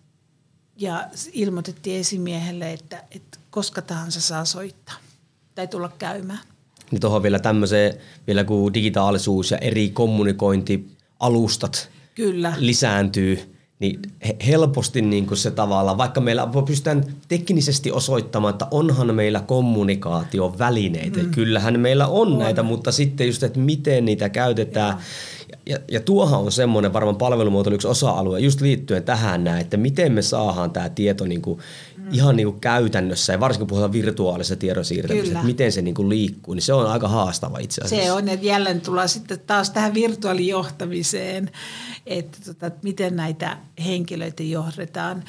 ja ilmoitettiin esimiehelle, että, että koska tahansa saa soittaa tai tulla käymään. Niin tuohon vielä tämmöiseen, vielä kun digitaalisuus ja eri kommunikointialustat Kyllä. lisääntyy, niin helposti niin kuin se tavallaan, vaikka meillä pystytään teknisesti osoittamaan, että onhan meillä kommunikaation välineitä. Mm. Kyllähän meillä on, on näitä, mutta sitten just, että miten niitä käytetään. Ja, ja, ja tuohan on semmoinen varmaan palvelumuotoilu yksi osa-alue just liittyen tähän näin, että miten me saadaan tämä tieto niin kuin, mm. ihan niin kuin käytännössä ja varsinkin kun puhutaan virtuaalisesta tiedon siirtämisestä, että miten se niin kuin liikkuu, niin se on aika haastava itse asiassa. Se on, että jälleen tullaan sitten taas tähän virtuaalijohtamiseen, että, tota, että miten näitä henkilöitä johdetaan.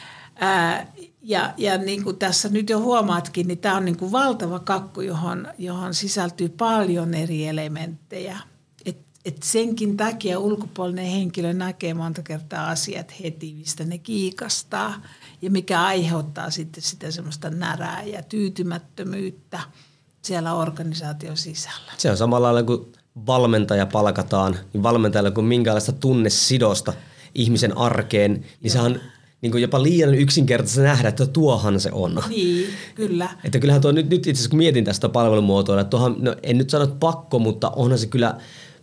Ää, ja ja niin kuin tässä nyt jo huomaatkin, niin tämä on niin kuin valtava kakku, johon, johon sisältyy paljon eri elementtejä. Et, et senkin takia ulkopuolinen henkilö näkee monta kertaa asiat heti, mistä ne kiikastaa ja mikä aiheuttaa sitten sitä semmoista närää ja tyytymättömyyttä siellä organisaation sisällä. Se on samalla lailla kuin valmentaja palkataan, niin valmentajalla kun minkälaista tunnesidosta ihmisen arkeen, niin Joo. se on niin kuin jopa liian yksinkertaisesti nähdä, että tuohan se on. Niin, kyllä. Että kyllähän tuo nyt, nyt itse asiassa kun mietin tästä palvelumuotoa, että tuohan, no en nyt sano, että pakko, mutta onhan se kyllä,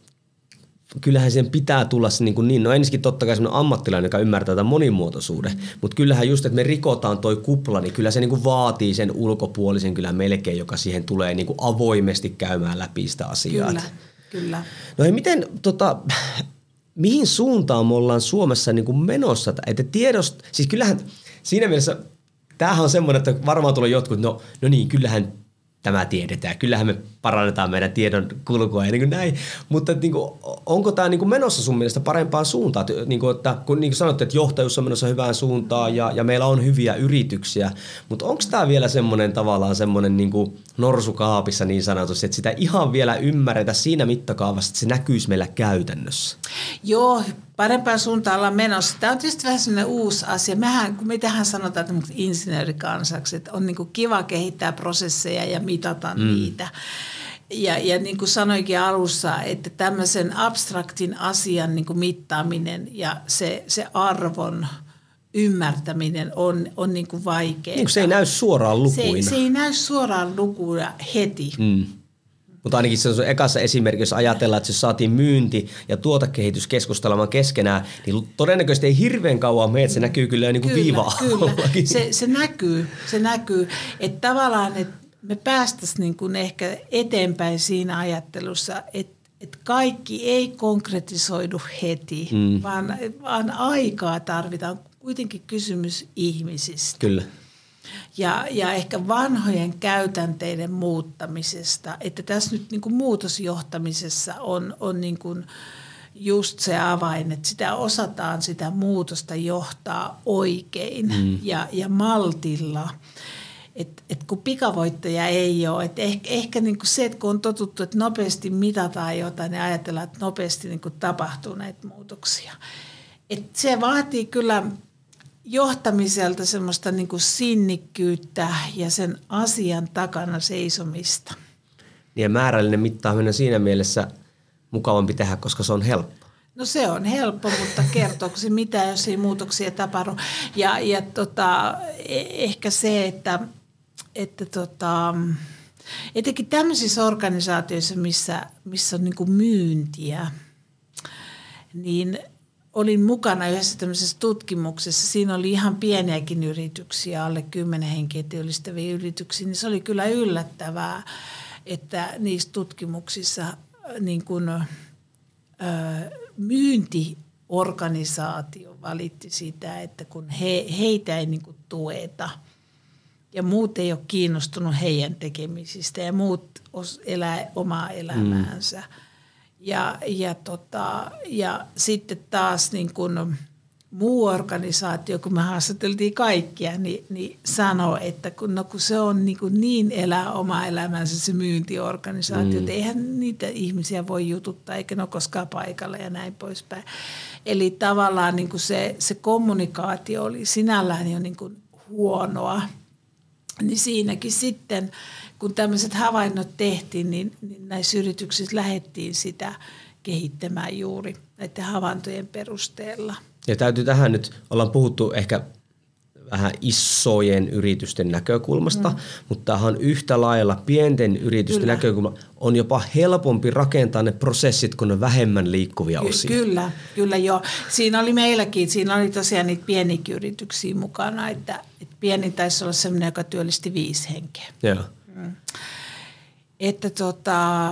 kyllähän sen pitää tulla se niin, kuin niin. No ensinnäkin totta kai sellainen ammattilainen, joka ymmärtää tämän monimuotoisuuden, mm. mutta kyllähän just, että me rikotaan toi kupla, niin kyllä se niin kuin vaatii sen ulkopuolisen kyllä melkein, joka siihen tulee niin kuin avoimesti käymään läpi sitä asiaa. Kyllä, kyllä. No hei, miten tota... Mihin suuntaan me ollaan Suomessa niin kuin menossa? Että tiedost, siis kyllähän siinä mielessä, tämähän on semmoinen, että varmaan tulee jotkut, no, no niin, kyllähän tämä tiedetään. Kyllähän me parannetaan meidän tiedon kulkua ja niin kuin näin. Mutta niin kuin, onko tämä niin kuin menossa sun mielestä parempaan suuntaan? Niin kuin, että, kun niin kuin sanotte, että johtajuus on menossa hyvään suuntaan ja, ja meillä on hyviä yrityksiä. Mutta onko tämä vielä semmoinen tavallaan semmoinen niin kuin norsukaapissa niin sanotusti, että sitä ihan vielä ymmärretä siinä mittakaavassa, että se näkyisi meillä käytännössä? Joo, parempaan suuntaan ollaan menossa. Tämä on tietysti vähän sellainen uusi asia. Mehän, kun mitähän sanotaan että insinöörikansaksi, että on niin kuin kiva kehittää prosesseja ja mitata mm. niitä. Ja, ja niin kuin sanoinkin alussa, että tämmöisen abstraktin asian niin kuin mittaaminen ja se, se arvon ymmärtäminen on, on niin kuin vaikeaa. Niin kuin se ei näy suoraan lukuina. Se, se ei näy suoraan lukuina heti. Mm. Mutta ainakin se on ekassa esimerkiksi, jos ajatellaan, että se saatiin myynti ja tuotekehitys keskustelemaan keskenään, niin todennäköisesti ei hirveän kauan mene, että se näkyy kyllä niin kuin viiva Kyllä, se, se näkyy, se näkyy, että tavallaan, että me päästäisiin niin kuin ehkä eteenpäin siinä ajattelussa, että, että kaikki ei konkretisoidu heti, mm. vaan, vaan aikaa tarvitaan. Kuitenkin kysymys ihmisistä. Kyllä. Ja, ja ehkä vanhojen käytänteiden muuttamisesta, että tässä nyt niin kuin muutosjohtamisessa on, on niin kuin just se avain, että sitä osataan sitä muutosta johtaa oikein mm. ja, ja maltilla. Et, et kun pikavoittoja ei ole, että ehkä, ehkä niin kuin se, että kun on totuttu, että nopeasti mitataan jotain, niin ajatellaan, että nopeasti niin kuin tapahtuu näitä muutoksia. Et se vaatii kyllä johtamiselta semmoista niin kuin sinnikkyyttä ja sen asian takana seisomista. Ja määrällinen mittaaminen siinä mielessä mukavampi tehdä, koska se on helppo? No se on helppo, mutta kertooko se mitään, jos ei muutoksia tapahdu. Ja, ja tota, ehkä se, että, että tota, etenkin tämmöisissä organisaatioissa, missä, missä on niin kuin myyntiä, niin olin mukana yhdessä tämmöisessä tutkimuksessa. Siinä oli ihan pieniäkin yrityksiä, alle kymmenen henkeä työllistäviä yrityksiä, niin se oli kyllä yllättävää, että niissä tutkimuksissa niin kuin, ö, myyntiorganisaatio valitti sitä, että kun he, heitä ei niin kuin tueta ja muut ei ole kiinnostunut heidän tekemisistä ja muut os, elää omaa elämäänsä. Mm. Ja, ja, tota, ja sitten taas niin kun muu organisaatio, kun me haastateltiin kaikkia, niin, niin sanoi, että kun, no kun se on niin, kuin niin elää oma elämänsä se myyntiorganisaatio, mm. että eihän niitä ihmisiä voi jututtaa, eikä ne ole koskaan paikalla ja näin poispäin. Eli tavallaan niin kuin se, se kommunikaatio oli sinällään jo niin kuin huonoa. Niin siinäkin sitten, kun tämmöiset havainnot tehtiin, niin, niin näissä yrityksissä lähdettiin sitä kehittämään juuri näiden havaintojen perusteella. Ja täytyy tähän nyt, ollaan puhuttu ehkä vähän isojen yritysten näkökulmasta, mm. mutta tämähän on yhtä lailla pienten yritysten kyllä. näkökulma. On jopa helpompi rakentaa ne prosessit, kun on vähemmän liikkuvia Ky- osia. Kyllä, kyllä joo. Siinä oli meilläkin, siinä oli tosiaan niitä pieniäkin yrityksiä mukana, että, että pieni taisi olla sellainen, joka työllisti viisi henkeä. Joo. Mm. Että tota,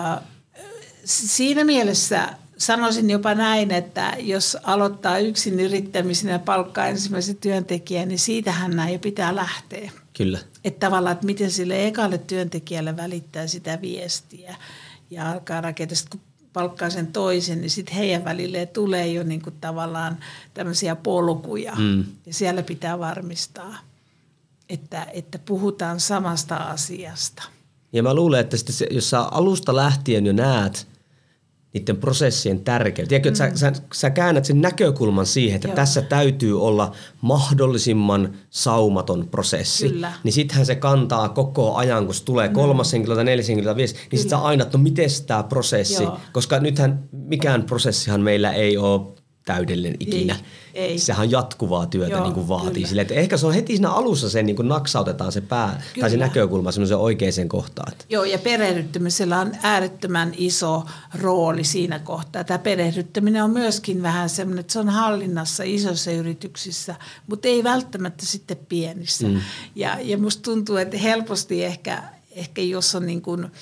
siinä mielessä sanoisin jopa näin, että jos aloittaa yksin yrittämisen ja palkkaa ensimmäisen työntekijän, niin siitähän näin jo pitää lähteä. Kyllä. Että tavallaan, että miten sille ekalle työntekijälle välittää sitä viestiä ja alkaa rakentaa, kun palkkaa sen toisen, niin sitten heidän välilleen tulee jo niin kuin tavallaan tämmöisiä polkuja. Mm. Ja siellä pitää varmistaa, että, että puhutaan samasta asiasta. Ja mä luulen, että se, jos sä alusta lähtien jo näet niiden prosessien tärkeyttä. Tiedätkö, että mm. sä, sä, sä käännät sen näkökulman siihen, että Joo. tässä täytyy olla mahdollisimman saumaton prosessi. Kyllä. Niin sittenhän se kantaa koko ajan, kun se tulee mm. kolmas henkilö tai neljäs henkilö tai viisi, niin sitten sä aina, että no miten tämä prosessi, Joo. koska nythän mikään prosessihan meillä ei ole täydellinen ikinä. Ei, ei. Sehän on jatkuvaa työtä Joo, niin kuin vaatii. kyllä. Sille, että ehkä se on heti siinä alussa se niin kuin naksautetaan se pää kyllä. tai se näkökulma semmoiseen oikeaan kohtaan. Joo, ja perehdyttämisellä on äärettömän iso rooli siinä kohtaa. Tämä perehdyttäminen on myöskin vähän semmoinen, että se on hallinnassa isoissa yrityksissä, mutta ei välttämättä sitten pienissä. Mm. Ja, ja musta tuntuu, että helposti ehkä, ehkä jos on niin kuin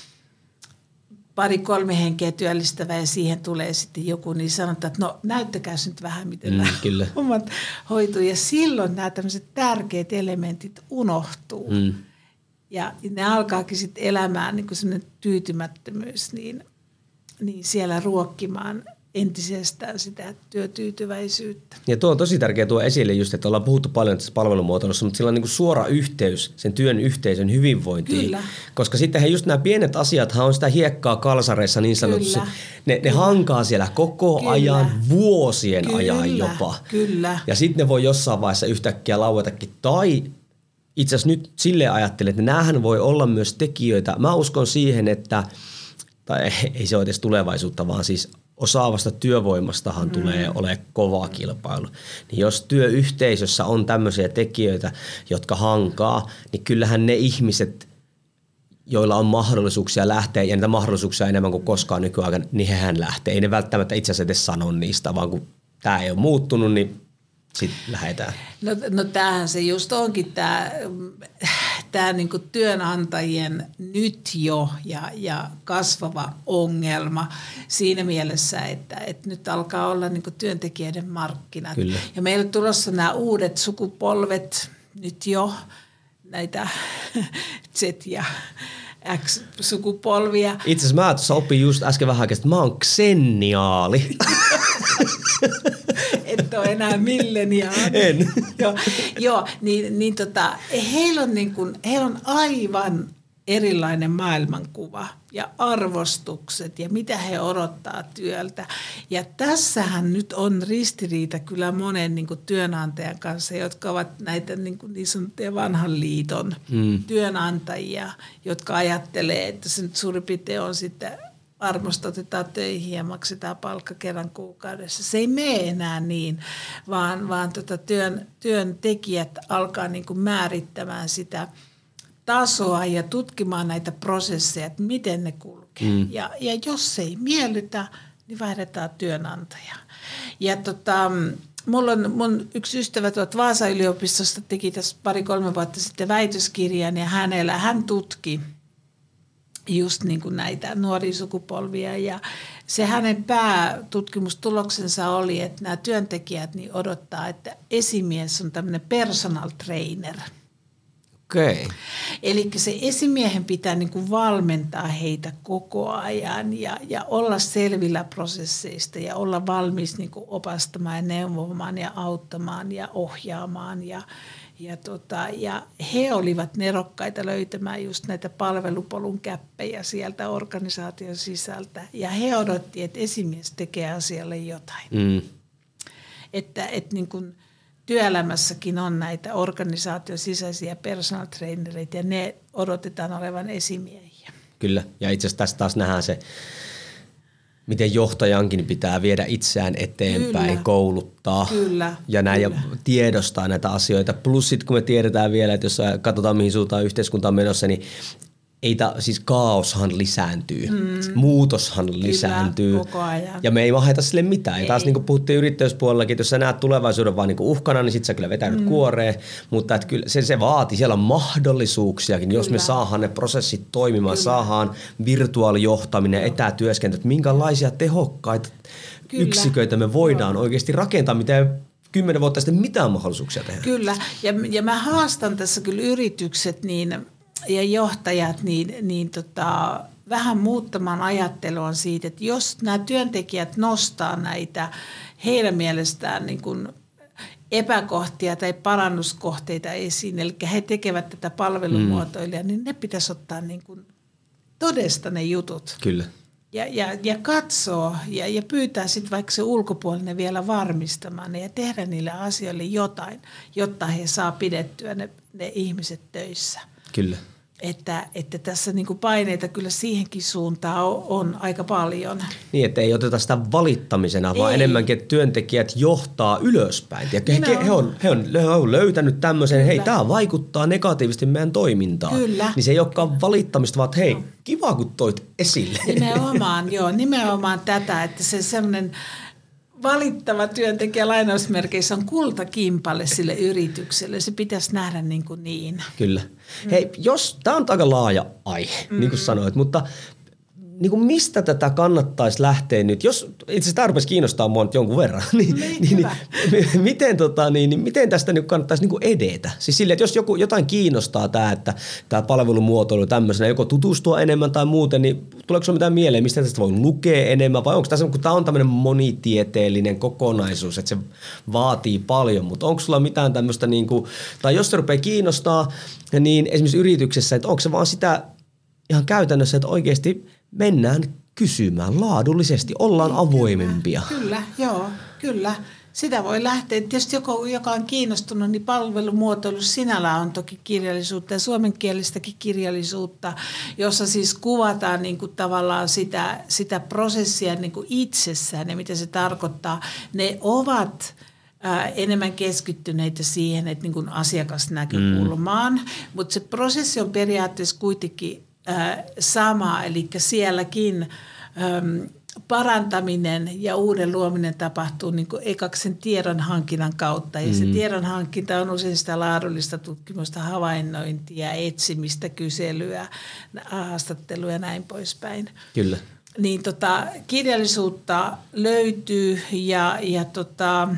pari kolme henkeä työllistävä ja siihen tulee sitten joku, niin sanotaan, että no näyttäkääs nyt vähän, miten mm, nämä kyllä. hommat hoituu. Ja silloin nämä tämmöiset tärkeät elementit unohtuu. Mm. Ja ne alkaakin sitten elämään niin kuin semmoinen tyytymättömyys, niin, niin siellä ruokkimaan entisestään sitä työtyytyväisyyttä. Ja tuo on tosi tärkeää tuo esille just, että ollaan puhuttu paljon tässä palvelumuotoilussa, mutta sillä on niin kuin suora yhteys sen työn yhteisön hyvinvointiin. Kyllä. Koska sittenhän just nämä pienet asiathan on sitä hiekkaa kalsareissa niin sanotusti. Ne, ne hankaa siellä koko Kyllä. ajan, vuosien Kyllä. ajan jopa. Kyllä. Ja sitten ne voi jossain vaiheessa yhtäkkiä lauetakin. Tai itse asiassa nyt silleen ajattelen, että näähän voi olla myös tekijöitä. Mä uskon siihen, että, tai ei se ole edes tulevaisuutta, vaan siis osaavasta työvoimastahan mm. tulee olemaan kova kilpailu. Niin jos työyhteisössä on tämmöisiä tekijöitä, jotka hankaa, niin kyllähän ne ihmiset, joilla on mahdollisuuksia lähteä, ja niitä mahdollisuuksia enemmän kuin koskaan nykyaikana, niin hehän lähtee. Ei ne välttämättä itse asiassa edes sano niistä, vaan kun tämä ei ole muuttunut, niin sitten lähdetään. No, no tämähän se just onkin tämä, tämä niin kuin työnantajien nyt jo ja, ja kasvava ongelma siinä mielessä, että, että nyt alkaa olla niin kuin työntekijöiden markkinat. Kyllä. Ja meillä on tulossa nämä uudet sukupolvet nyt jo, näitä Z- ja X-sukupolvia. Itse asiassa mä tuossa opin just äsken vähän aikaa, että mä oon kseniaali. Et ole enää milleniaali. En. joo, joo, niin, niin tota, heillä, on niin kuin, heillä on aivan erilainen maailmankuva ja arvostukset ja mitä he odottaa työltä. Ja tässähän nyt on ristiriita kyllä monen niin kuin työnantajan kanssa, jotka ovat näitä niin, kuin niin sanottuja vanhan liiton mm. työnantajia, jotka ajattelee, että se nyt suurin piirtein on sitten armosta otetaan töihin ja maksetaan palkka kerran kuukaudessa. Se ei mene enää niin, vaan, vaan tota työn, työntekijät alkaa niin kuin määrittämään sitä tasoa ja tutkimaan näitä prosesseja, että miten ne kulkee. Mm. Ja, ja jos se ei miellytä, niin vaihdetaan työnantaja. Ja tota, mulla on mun yksi ystävä tuolta Vaasan yliopistosta teki tässä pari-kolme vuotta sitten väitöskirjan ja hänellä, hän tutki just niin kuin näitä nuoria sukupolvia ja se hänen päätutkimustuloksensa oli, että nämä työntekijät niin odottaa, että esimies on tämmöinen personal trainer. Okei. Eli se esimiehen pitää niin kuin valmentaa heitä koko ajan ja, ja olla selvillä prosesseista ja olla valmis niin kuin opastamaan ja neuvomaan ja auttamaan ja ohjaamaan. Ja, ja, tota, ja he olivat nerokkaita löytämään just näitä palvelupolun käppejä sieltä organisaation sisältä. Ja he odotti, että esimies tekee asialle jotain. Mm. Että, että niin kuin työelämässäkin on näitä organisaation sisäisiä personal trainereita ja ne odotetaan olevan esimiehiä. Kyllä, ja itse asiassa tässä taas nähdään se, miten johtajankin pitää viedä itseään eteenpäin, kyllä, kouluttaa kyllä, ja näin kyllä. ja tiedostaa näitä asioita. Plus sitten kun me tiedetään vielä, että jos katsotaan mihin suuntaan yhteiskunta on menossa, niin ei ta, siis kaoshan lisääntyy, mm. muutoshan kyllä, lisääntyy koko ajan. Ja me ei maheta sille mitään. Ei. Ja taas niin kuin puhuttiin yrittäjyyspuolellakin, että jos sä näet tulevaisuuden vaan niin kuin uhkana, niin sit sä kyllä vetäydyt mm. kuoreen, mutta että kyllä se, se vaatii, siellä on mahdollisuuksiakin, kyllä, jos me saadaan ne prosessit toimimaan, kyllä, saadaan virtuaalijohtaminen, kyllä, etätyöskentely, minkälaisia tehokkaita kyllä, yksiköitä me voidaan joo. oikeasti rakentaa, mitä kymmenen vuotta sitten mitään mahdollisuuksia tehdä. Kyllä, ja, ja mä haastan tässä kyllä yritykset niin ja johtajat niin, niin tota, vähän muuttamaan ajattelua siitä, että jos nämä työntekijät nostaa näitä heidän mielestään niin kuin epäkohtia tai parannuskohteita esiin, eli he tekevät tätä palvelumuotoilijaa, mm. niin ne pitäisi ottaa niin kuin todesta ne jutut. Kyllä. Ja, ja, ja katsoo ja, ja pyytää sitten vaikka se ulkopuolinen vielä varmistamaan ja tehdä niille asioille jotain, jotta he saa pidettyä ne, ne ihmiset töissä. Kyllä. Että, että tässä niin kuin paineita kyllä siihenkin suuntaan on, on aika paljon. Niin, että ei oteta sitä valittamisena, ei, vaan enemmänkin, että työntekijät johtaa ylöspäin. Ja he, he, on, he, on, he on löytänyt tämmöisen, hei, tämä vaikuttaa negatiivisesti meidän toimintaan. Kyllä. Niin se ei olekaan valittamista, vaan hei, kiva kun toit esille. Nimenomaan, joo, nimenomaan tätä, että se semmoinen valittava työntekijä lainausmerkeissä on kultakimpale sille yritykselle. Se pitäisi nähdä niin kuin niin. Kyllä. Mm. Hei, jos, tämä on aika laaja aihe, mm. niin kuin sanoit, mutta niin kuin mistä tätä kannattaisi lähteä nyt? Jos itse asiassa tämä rupesi kiinnostaa mua nyt jonkun verran, niin, niin, niin, niin, miten, tota, niin, niin miten tästä niin kannattaisi niin kuin edetä? Siis silleen, että jos joku, jotain kiinnostaa tämä, että tämä palvelumuotoilu tämmöisenä, joko tutustua enemmän tai muuten, niin tuleeko sinulla mitään mieleen, mistä tästä voi lukea enemmän? Vai onko tämä, kun tämä on tämmöinen monitieteellinen kokonaisuus, että se vaatii paljon, mutta onko sulla mitään tämmöistä, niin kuin, tai jos se rupeaa kiinnostaa, niin esimerkiksi yrityksessä, että onko se vaan sitä ihan käytännössä, että oikeasti mennään kysymään laadullisesti, ollaan avoimempia. Kyllä, kyllä, joo, kyllä. Sitä voi lähteä. Tietysti joku, joka on kiinnostunut, niin palvelumuotoilu sinällään on toki kirjallisuutta ja suomenkielistäkin kirjallisuutta, jossa siis kuvataan niin kuin tavallaan sitä, sitä prosessia niin kuin itsessään ja mitä se tarkoittaa. Ne ovat ää, enemmän keskittyneitä siihen, että niin kuin asiakasnäkökulmaan, mm. mutta se prosessi on periaatteessa kuitenkin sama, eli sielläkin äm, parantaminen ja uuden luominen tapahtuu niin kuin ekaksi sen tiedonhankinnan kautta. Ja mm. se tiedonhankinta on usein sitä laadullista tutkimusta, havainnointia, etsimistä, kyselyä, haastattelua ja näin poispäin. Kyllä. Niin tota, kirjallisuutta löytyy ja, ja tota,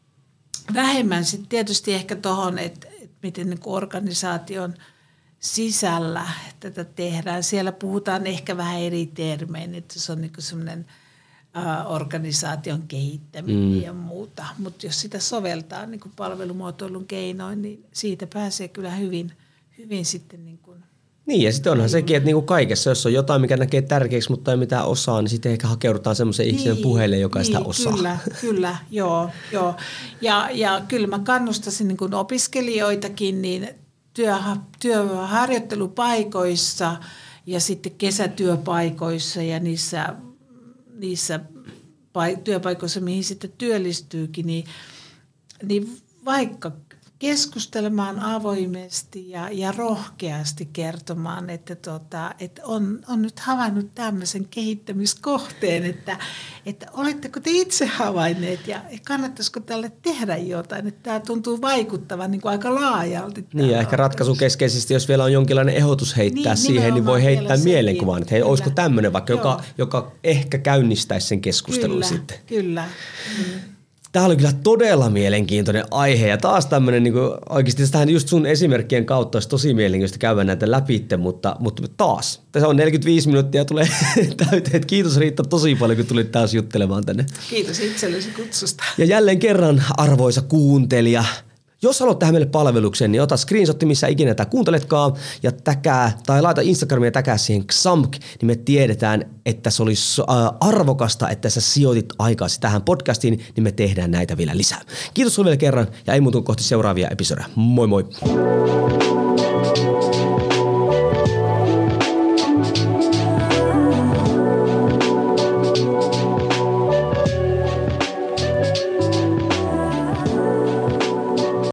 vähemmän sitten tietysti ehkä tuohon, että, että miten niin kuin organisaation sisällä tätä tehdään. Siellä puhutaan ehkä vähän eri termein, että se on niin kuin semmoinen äh, organisaation kehittäminen mm. ja muuta. Mutta jos sitä soveltaa niin kuin palvelumuotoilun keinoin, niin siitä pääsee kyllä hyvin, hyvin sitten niin kuin niin ja sitten onhan sekin, että niinku kaikessa, jos on jotain, mikä näkee tärkeäksi, mutta ei mitään osaa, niin sitten ehkä hakeudutaan semmoisen niin, ihmisen puheelle, joka niin, sitä osaa. Kyllä, kyllä, joo. joo. Ja, ja kyllä mä kannustaisin niin kuin opiskelijoitakin niin työ, työharjoittelupaikoissa ja sitten kesätyöpaikoissa ja niissä, niissä työpaikoissa, mihin sitten työllistyykin, niin, niin vaikka keskustelemaan avoimesti ja, ja rohkeasti kertomaan, että, tota, että on, on nyt havainnut tämmöisen kehittämiskohteen, että, että oletteko te itse havainneet ja kannattaisiko tälle tehdä jotain, että tämä tuntuu vaikuttavan niin kuin aika laajalti. Niin ja ehkä ratkaisukeskeisesti, jos vielä on jonkinlainen ehdotus heittää niin, siihen, niin voi heittää mielenkuvan, että hei, kyllä. Olisiko tämmöinen vaikka, joka, joka ehkä käynnistäisi sen keskustelun kyllä, sitten. Kyllä, mm. Tämä oli kyllä todella mielenkiintoinen aihe ja taas tämmöinen, niin kuin, oikeasti tästähän just sun esimerkkien kautta olisi tosi mielenkiintoista käydä näitä läpi, mutta, mutta taas, tässä on neljäkymmentäviisi minuuttia tulee täyteen. Kiitos Riitta tosi paljon, kun tulit taas juttelemaan tänne. Kiitos itsellesi kutsusta. Ja jälleen kerran arvoisa kuuntelija, jos haluat tehdä meille palveluksen, niin ota screenshotti, missä ikinä tätä kuunteletkaan ja täkää, tai laita Instagramia ja täkää siihen X A M K, niin me tiedetään, että se olisi arvokasta, että sä sijoitit aikaasi tähän podcastiin, niin me tehdään näitä vielä lisää. Kiitos sulle vielä kerran ja ei muutu kohti seuraavia episodeja. Moi moi!